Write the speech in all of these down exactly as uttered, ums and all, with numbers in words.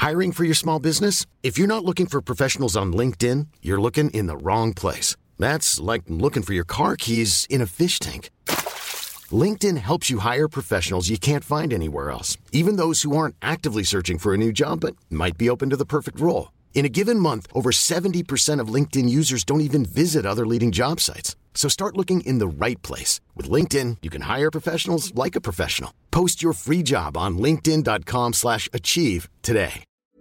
Hiring for your small business? If you're not looking for professionals on LinkedIn, you're looking in the wrong place. That's like looking for your car keys in a fish tank. LinkedIn helps you hire professionals you can't find anywhere else, even those who aren't actively searching for a new job but might be open to the perfect role. In a given month, over seventy percent of LinkedIn users don't even visit other leading job sites. So start looking in the right place. With LinkedIn, you can hire professionals like a professional. Post your free job on linkedin dot com slash achieve today.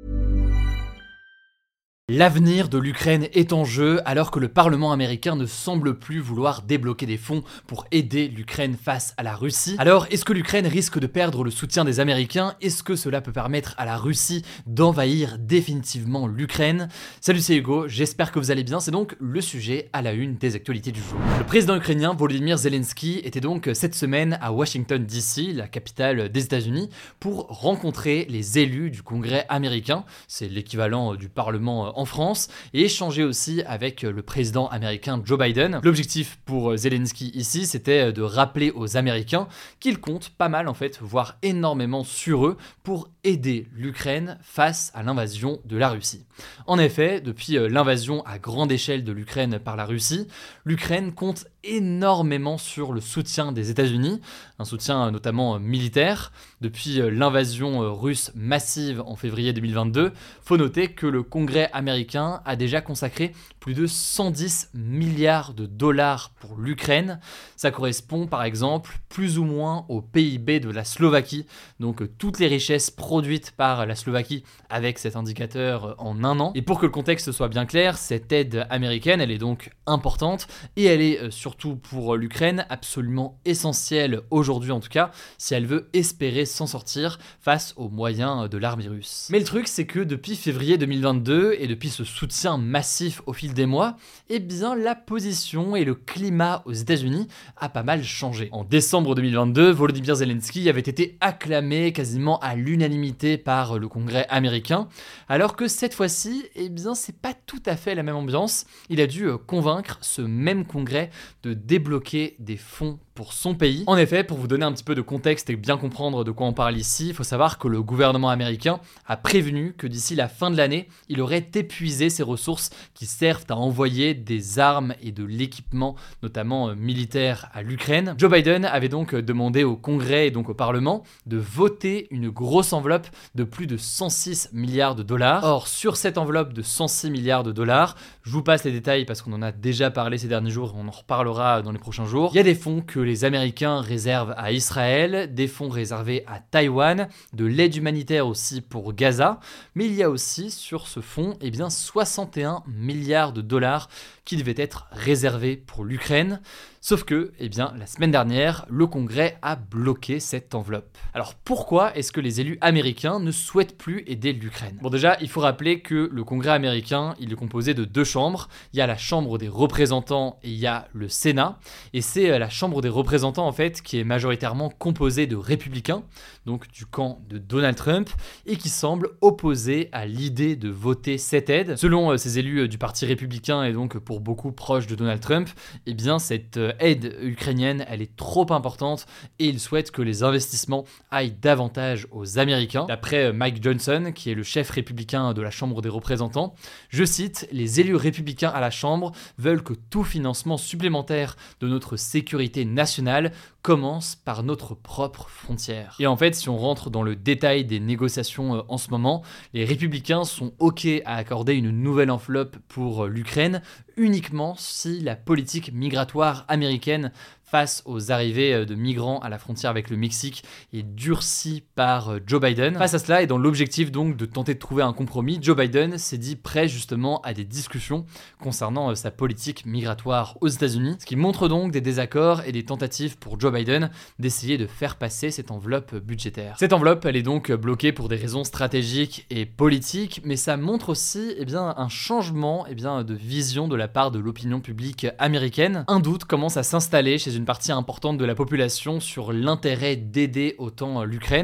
L'avenir de l'Ukraine est en jeu alors que le Parlement américain ne semble plus vouloir débloquer des fonds pour aider l'Ukraine face à la Russie. Alors, est-ce que l'Ukraine risque de perdre le soutien des Américains? Est-ce que cela peut permettre à la Russie d'envahir définitivement l'Ukraine? Salut, c'est Hugo, j'espère que vous allez bien. C'est donc le sujet à la une des actualités du jour. Le président ukrainien Volodymyr Zelensky était donc cette semaine à Washington D C, la capitale des États-Unis, pour rencontrer les élus du Congrès américain. C'est l'équivalent du Parlement en France, et échanger aussi avec le président américain Joe Biden. L'objectif pour Zelensky ici, c'était de rappeler aux Américains qu'il compte pas mal en fait, voire énormément sur eux pour aider l'Ukraine face à l'invasion de la Russie. En effet, depuis l'invasion à grande échelle de l'Ukraine par la Russie, l'Ukraine compte énormément sur le soutien des États-Unis, un soutien notamment militaire. Depuis l'invasion russe massive en février deux mille vingt-deux, faut noter que le Congrès américain a déjà consacré plus de cent dix milliards de dollars pour l'Ukraine. Ça correspond par exemple plus ou moins au P I B de la Slovaquie, donc toutes les richesses produites par la Slovaquie avec cet indicateur en un an. Et pour que le contexte soit bien clair, cette aide américaine, elle est donc importante et elle est surtout Surtout pour l'Ukraine, absolument essentielle aujourd'hui en tout cas, si elle veut espérer s'en sortir face aux moyens de l'armée russe. Mais le truc, c'est que depuis février deux mille vingt-deux et depuis ce soutien massif au fil des mois, eh bien la position et le climat aux États-Unis a pas mal changé. En décembre deux mille vingt-deux, Volodymyr Zelensky avait été acclamé quasiment à l'unanimité par le Congrès américain, alors que cette fois-ci, eh bien c'est pas tout à fait la même ambiance. Il a dû convaincre ce même Congrès de débloquer des fonds pour son pays. En effet, pour vous donner un petit peu de contexte et bien comprendre de quoi on parle ici, il faut savoir que le gouvernement américain a prévenu que d'ici la fin de l'année, il aurait épuisé ses ressources qui servent à envoyer des armes et de l'équipement, notamment euh, militaire, à l'Ukraine. Joe Biden avait donc demandé au Congrès et donc au Parlement de voter une grosse enveloppe de plus de cent six milliards de dollars. Or, sur cette enveloppe de cent six milliards de dollars, je vous passe les détails parce qu'on en a déjà parlé ces derniers jours et on en reparlera dans les prochains jours. Il y a des fonds que les Américains réservent à Israël, des fonds réservés à Taïwan, de l'aide humanitaire aussi pour Gaza, mais il y a aussi sur ce fonds eh bien, soixante et un milliards de dollars qui devaient être réservés pour l'Ukraine. Sauf que, eh bien, la semaine dernière, le Congrès a bloqué cette enveloppe. Alors pourquoi est-ce que les élus américains ne souhaitent plus aider l'Ukraine? Bon, déjà, il faut rappeler que le Congrès américain, il est composé de deux chambres. Il y a la Chambre des représentants et il y a le Sénat. Et c'est la Chambre des représentants, en fait, qui est majoritairement composée de républicains, donc du camp de Donald Trump, et qui semble opposée à l'idée de voter cette aide. Selon euh, ces élus du Parti républicain et donc pour beaucoup proches de Donald Trump, eh bien, cette euh, aide ukrainienne, elle est trop importante et ils souhaitent que les investissements aillent davantage aux Américains. D'après Mike Johnson, qui est le chef républicain de la Chambre des représentants, je cite, « Les élus républicains à la Chambre veulent que tout financement supplémentaire de notre sécurité nationale commence par notre propre frontière. » Et en fait, si on rentre dans le détail des négociations euh, en ce moment, les républicains sont OK à accorder une nouvelle enveloppe pour euh, l'Ukraine uniquement si la politique migratoire américaine face aux arrivées de migrants à la frontière avec le Mexique est durcie par Joe Biden. Face à cela et dans l'objectif donc de tenter de trouver un compromis, Joe Biden s'est dit prêt justement à des discussions concernant sa politique migratoire aux États-Unis, ce qui montre donc des désaccords et des tentatives pour Joe Biden d'essayer de faire passer cette enveloppe budgétaire. Cette enveloppe, elle est donc bloquée pour des raisons stratégiques et politiques, mais ça montre aussi eh bien, un changement eh bien, de vision de la part de l'opinion publique américaine. Un doute commence à s'installer chez une partie importante de la population sur l'intérêt d'aider autant l'Ukraine.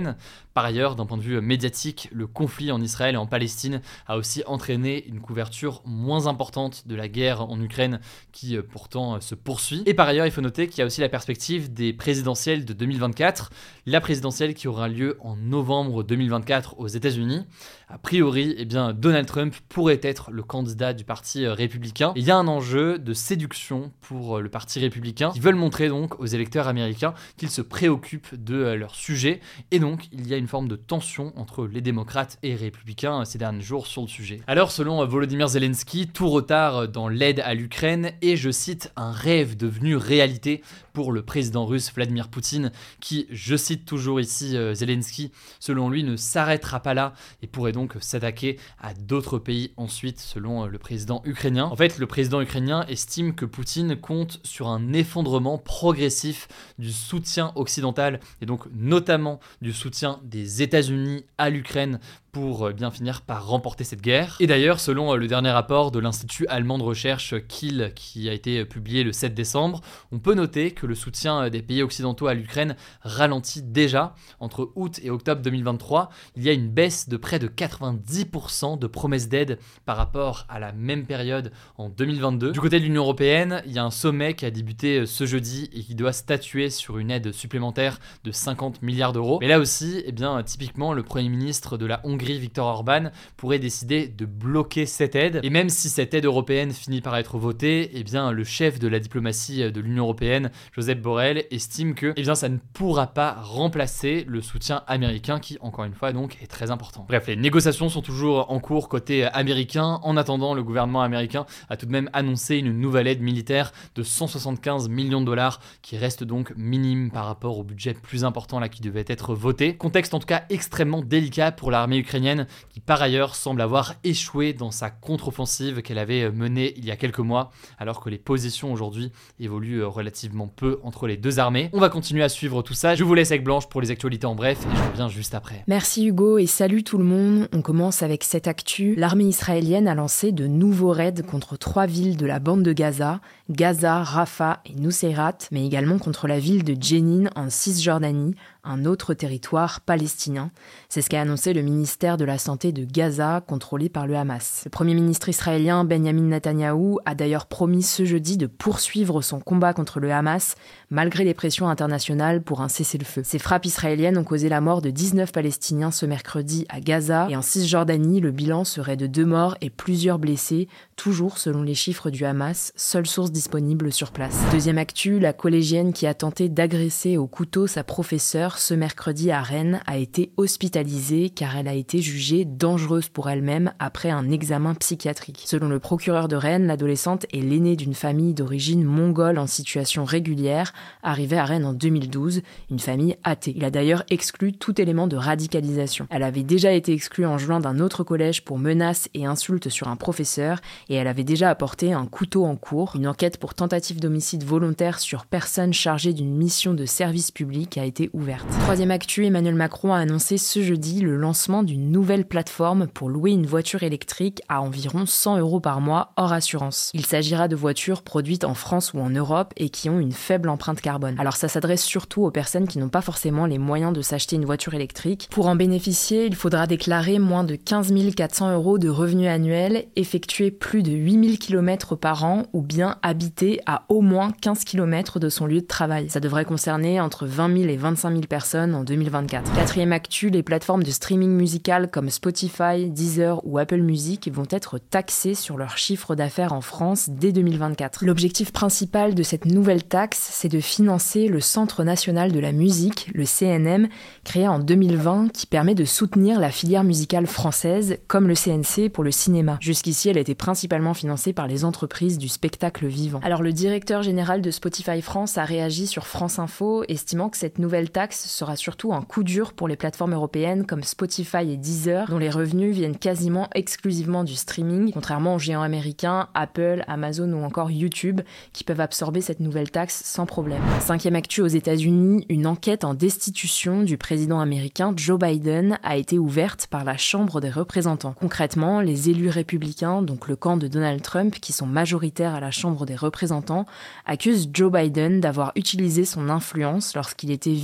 Par ailleurs, d'un point de vue médiatique, le conflit en Israël et en Palestine a aussi entraîné une couverture moins importante de la guerre en Ukraine qui euh, pourtant euh, se poursuit. Et par ailleurs, il faut noter qu'il y a aussi la perspective des présidentielles de deux mille vingt-quatre, la présidentielle qui aura lieu en novembre deux mille vingt-quatre aux États-Unis. A priori, eh bien, Donald Trump pourrait être le candidat du parti euh, républicain. Et il y a un enjeu de séduction pour euh, le parti républicain qui veulent montrer donc aux électeurs américains qu'ils se préoccupent de euh, leur sujet. Et donc, il y a une forme de tension entre les démocrates et les républicains euh, ces derniers jours sur le sujet. Alors, selon euh, Volodymyr Zelensky, tout retard dans l'aide à l'Ukraine est, je cite, un rêve devenu réalité pour le président russe Vladimir Poutine qui, je cite toujours ici euh, Zelensky, selon lui ne s'arrêtera pas là et pourrait donc s'attaquer à d'autres pays ensuite selon euh, le président ukrainien. En fait, le président ukrainien estime que Poutine compte sur un effondrement progressif du soutien occidental et donc notamment du soutien des États-Unis à l'Ukraine pour bien finir par remporter cette guerre. Et d'ailleurs, selon le dernier rapport de l'Institut allemand de recherche Kiel qui a été publié le sept décembre, on peut noter que le soutien des pays occidentaux à l'Ukraine ralentit déjà. Entre août et octobre deux mille vingt-trois, il y a une baisse de près de quatre-vingt-dix pour cent de promesses d'aide par rapport à la même période en deux mille vingt-deux. Du côté de l'Union européenne, il y a un sommet qui a débuté ce jeudi et qui doit statuer sur une aide supplémentaire de cinquante milliards d'euros. Mais là aussi, eh bien, typiquement, le Premier ministre de la Hongrie, Viktor Orban, pourrait décider de bloquer cette aide. Et même si cette aide européenne finit par être votée, eh bien, le chef de la diplomatie de l'Union européenne, Josep Borrell, estime que eh bien, ça ne pourra pas remplacer le soutien américain qui, encore une fois, donc, est très important. Bref, les négociations sont toujours en cours côté américain. En attendant, le gouvernement américain a tout de même annoncé une nouvelle aide militaire de cent soixante-quinze millions de dollars qui reste donc minime par rapport au budget plus important là qui devait être voté. Contexte en tout cas extrêmement délicat pour l'armée ukrainienne qui par ailleurs semble avoir échoué dans sa contre-offensive qu'elle avait menée il y a quelques mois alors que les positions aujourd'hui évoluent relativement peu entre les deux armées. On va continuer à suivre tout ça. Je vous laisse avec Blanche pour les actualités en bref et je reviens juste après. Merci Hugo et salut tout le monde. On commence avec cette actu. L'armée israélienne a lancé de nouveaux raids contre trois villes de la bande de Gaza, Gaza, Rafah et Nuseirat, mais également contre la ville de Jenin en Cisjordanie, un autre territoire palestinien. C'est ce qu'a annoncé le ministère de la Santé de Gaza, contrôlé par le Hamas. Le Premier ministre israélien Benjamin Netanyahou a d'ailleurs promis ce jeudi de poursuivre son combat contre le Hamas, malgré les pressions internationales pour un cessez-le-feu. Ces frappes israéliennes ont causé la mort de dix-neuf Palestiniens ce mercredi à Gaza, et en Cisjordanie, le bilan serait de deux morts et plusieurs blessés, toujours selon les chiffres du Hamas, seule source disponible sur place. Deuxième actu, la collégienne qui a tenté d'agresser au couteau sa professeure ce mercredi à Rennes a été hospitalisée car elle a été jugée dangereuse pour elle-même après un examen psychiatrique. Selon le procureur de Rennes, l'adolescente est l'aînée d'une famille d'origine mongole en situation régulière, arrivée à Rennes en deux mille douze, une famille athée. Il a d'ailleurs exclu tout élément de radicalisation. Elle avait déjà été exclue en juin d'un autre collège pour menaces et insultes sur un professeur et elle avait déjà apporté un couteau en cours. Une enquête pour tentative d'homicide volontaire sur personne chargée d'une mission de service public a été ouverte. Troisième actu, Emmanuel Macron a annoncé ce jeudi le lancement d'une nouvelle plateforme pour louer une voiture électrique à environ cent euros par mois hors assurance. Il s'agira de voitures produites en France ou en Europe et qui ont une faible empreinte carbone. Alors ça s'adresse surtout aux personnes qui n'ont pas forcément les moyens de s'acheter une voiture électrique. Pour en bénéficier, il faudra déclarer moins de quinze mille quatre cents euros de revenus annuels, effectuer plus de huit mille kilomètres par an ou bien habiter à au moins quinze kilomètres de son lieu de travail. Ça devrait concerner entre vingt mille et vingt-cinq mille personnes en deux mille vingt-quatre. Quatrième actu, les plateformes de streaming musical comme Spotify, Deezer ou Apple Music vont être taxées sur leur chiffre d'affaires en France dès deux mille vingt-quatre. L'objectif principal de cette nouvelle taxe, c'est de financer le Centre national de la musique, le C N M, créé en deux mille vingt, qui permet de soutenir la filière musicale française, comme le C N C pour le cinéma. Jusqu'ici, elle était principalement financée par les entreprises du spectacle vivant. Alors le directeur général de Spotify France a réagi sur France Info, estimant que cette nouvelle taxe sera surtout un coup dur pour les plateformes européennes comme Spotify et Deezer, dont les revenus viennent quasiment exclusivement du streaming, contrairement aux géants américains, Apple, Amazon ou encore YouTube, qui peuvent absorber cette nouvelle taxe sans problème. Cinquième actu aux États-Unis, une enquête en destitution du président américain Joe Biden a été ouverte par la Chambre des représentants. Concrètement, les élus républicains, donc le camp de Donald Trump, qui sont majoritaires à la Chambre des représentants, accusent Joe Biden d'avoir utilisé son influence lorsqu'il était vice-président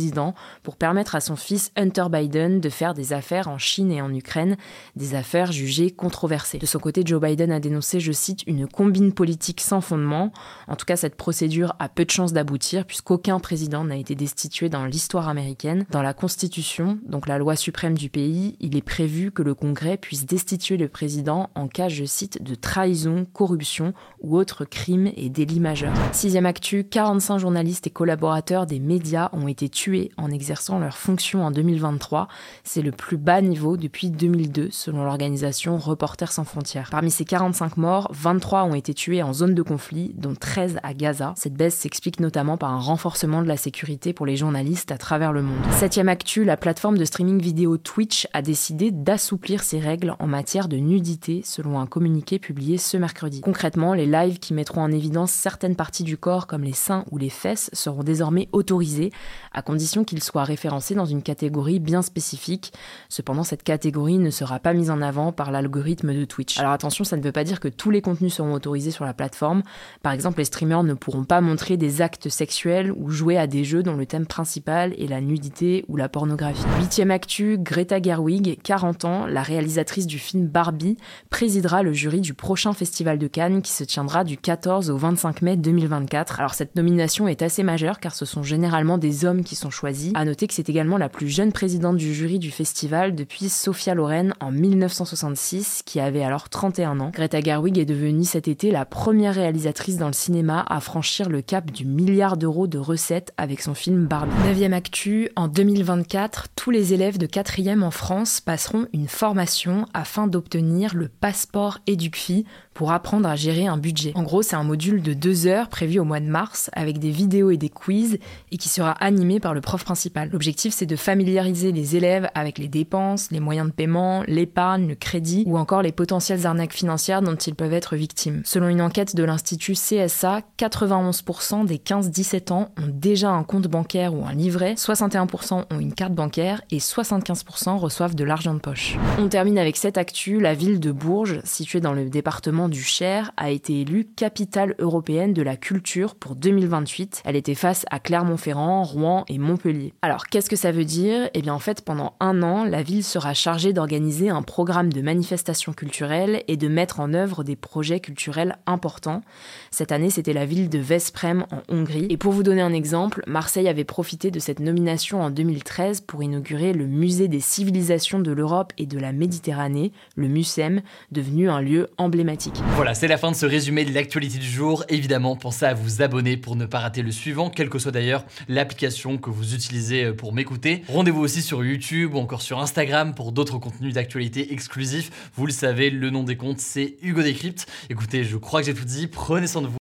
président pour permettre à son fils Hunter Biden de faire des affaires en Chine et en Ukraine, des affaires jugées controversées. De son côté, Joe Biden a dénoncé, je cite, une combine politique sans fondement. En tout cas, cette procédure a peu de chances d'aboutir puisqu'aucun président n'a été destitué dans l'histoire américaine. Dans la Constitution, donc la loi suprême du pays, il est prévu que le Congrès puisse destituer le président en cas, je cite, de trahison, corruption ou autres crimes et délits majeurs. Sixième actu, quarante-cinq journalistes et collaborateurs des médias ont été tués en exerçant leurs fonctions en deux mille vingt-trois. C'est le plus bas niveau depuis deux mille deux, selon l'organisation Reporters sans frontières. Parmi ces quarante-cinq morts, vingt-trois ont été tués en zone de conflit, dont treize à Gaza. Cette baisse s'explique notamment par un renforcement de la sécurité pour les journalistes à travers le monde. Septième actu, la plateforme de streaming vidéo Twitch a décidé d'assouplir ses règles en matière de nudité, selon un communiqué publié ce mercredi. Concrètement, les lives qui mettront en évidence certaines parties du corps, comme les seins ou les fesses, seront désormais autorisés, à condition qu'ils soient référencés dans une catégorie bien spécifique. Cependant, cette catégorie ne sera pas mise en avant par l'algorithme de Twitch. Alors attention, ça ne veut pas dire que tous les contenus seront autorisés sur la plateforme. Par exemple, les streamers ne pourront pas montrer des actes sexuels ou jouer à des jeux dont le thème principal est la nudité ou la pornographie. Huitième actu, Greta Gerwig, quarante ans, la réalisatrice du film Barbie, présidera le jury du prochain festival de Cannes qui se tiendra du quatorze au vingt-cinq mai deux mille vingt-quatre. Alors cette nomination est assez majeure car ce sont généralement des hommes qui sont choisis. À noter que c'est également la plus jeune présidente du jury du festival depuis Sophia Loren en mille neuf cent soixante-six, qui avait alors trente et un ans. Greta Gerwig est devenue cet été la première réalisatrice dans le cinéma à franchir le cap du milliard d'euros de recettes avec son film Barbie. Neuvième actu, en deux mille vingt-quatre, tous les élèves de quatrième en France passeront une formation afin d'obtenir le passeport EducFi pour apprendre à gérer un budget. En gros, c'est un module de deux heures prévu au mois de mars avec des vidéos et des quiz et qui sera animé par le prof principal. L'objectif, c'est de familiariser les élèves avec les dépenses, les moyens de paiement, l'épargne, le crédit ou encore les potentielles arnaques financières dont ils peuvent être victimes. Selon une enquête de l'Institut C S A, quatre-vingt-onze pour cent des quinze dix-sept ans ont déjà un compte bancaire ou un livret, soixante et un pour cent ont une carte bancaire et soixante-quinze pour cent reçoivent de l'argent de poche. On termine avec cette actu, la ville de Bourges, située dans le département du Cher, a été élue capitale européenne de la culture pour deux mille vingt-huit. Elle était face à Clermont-Ferrand, Rouen et Montpellier. Alors, qu'est-ce que ça veut dire ? Eh bien, en fait, pendant un an, la ville sera chargée d'organiser un programme de manifestations culturelles et de mettre en œuvre des projets culturels importants. Cette année, c'était la ville de Veszprém en Hongrie. Et pour vous donner un exemple, Marseille avait profité de cette nomination en deux mille treize pour inaugurer le musée des civilisations de l'Europe et de la Méditerranée, le MUCEM, devenu un lieu emblématique. Voilà, c'est la fin de ce résumé de l'actualité du jour. Évidemment, pensez à vous abonner pour ne pas rater le suivant, quelle que soit d'ailleurs l'application que vous utilisez pour m'écouter. Rendez-vous aussi sur YouTube ou encore sur Instagram pour d'autres contenus d'actualité exclusifs. Vous le savez, le nom des comptes, c'est Hugo Décrypte. Écoutez, je crois que j'ai tout dit. Prenez soin de vous.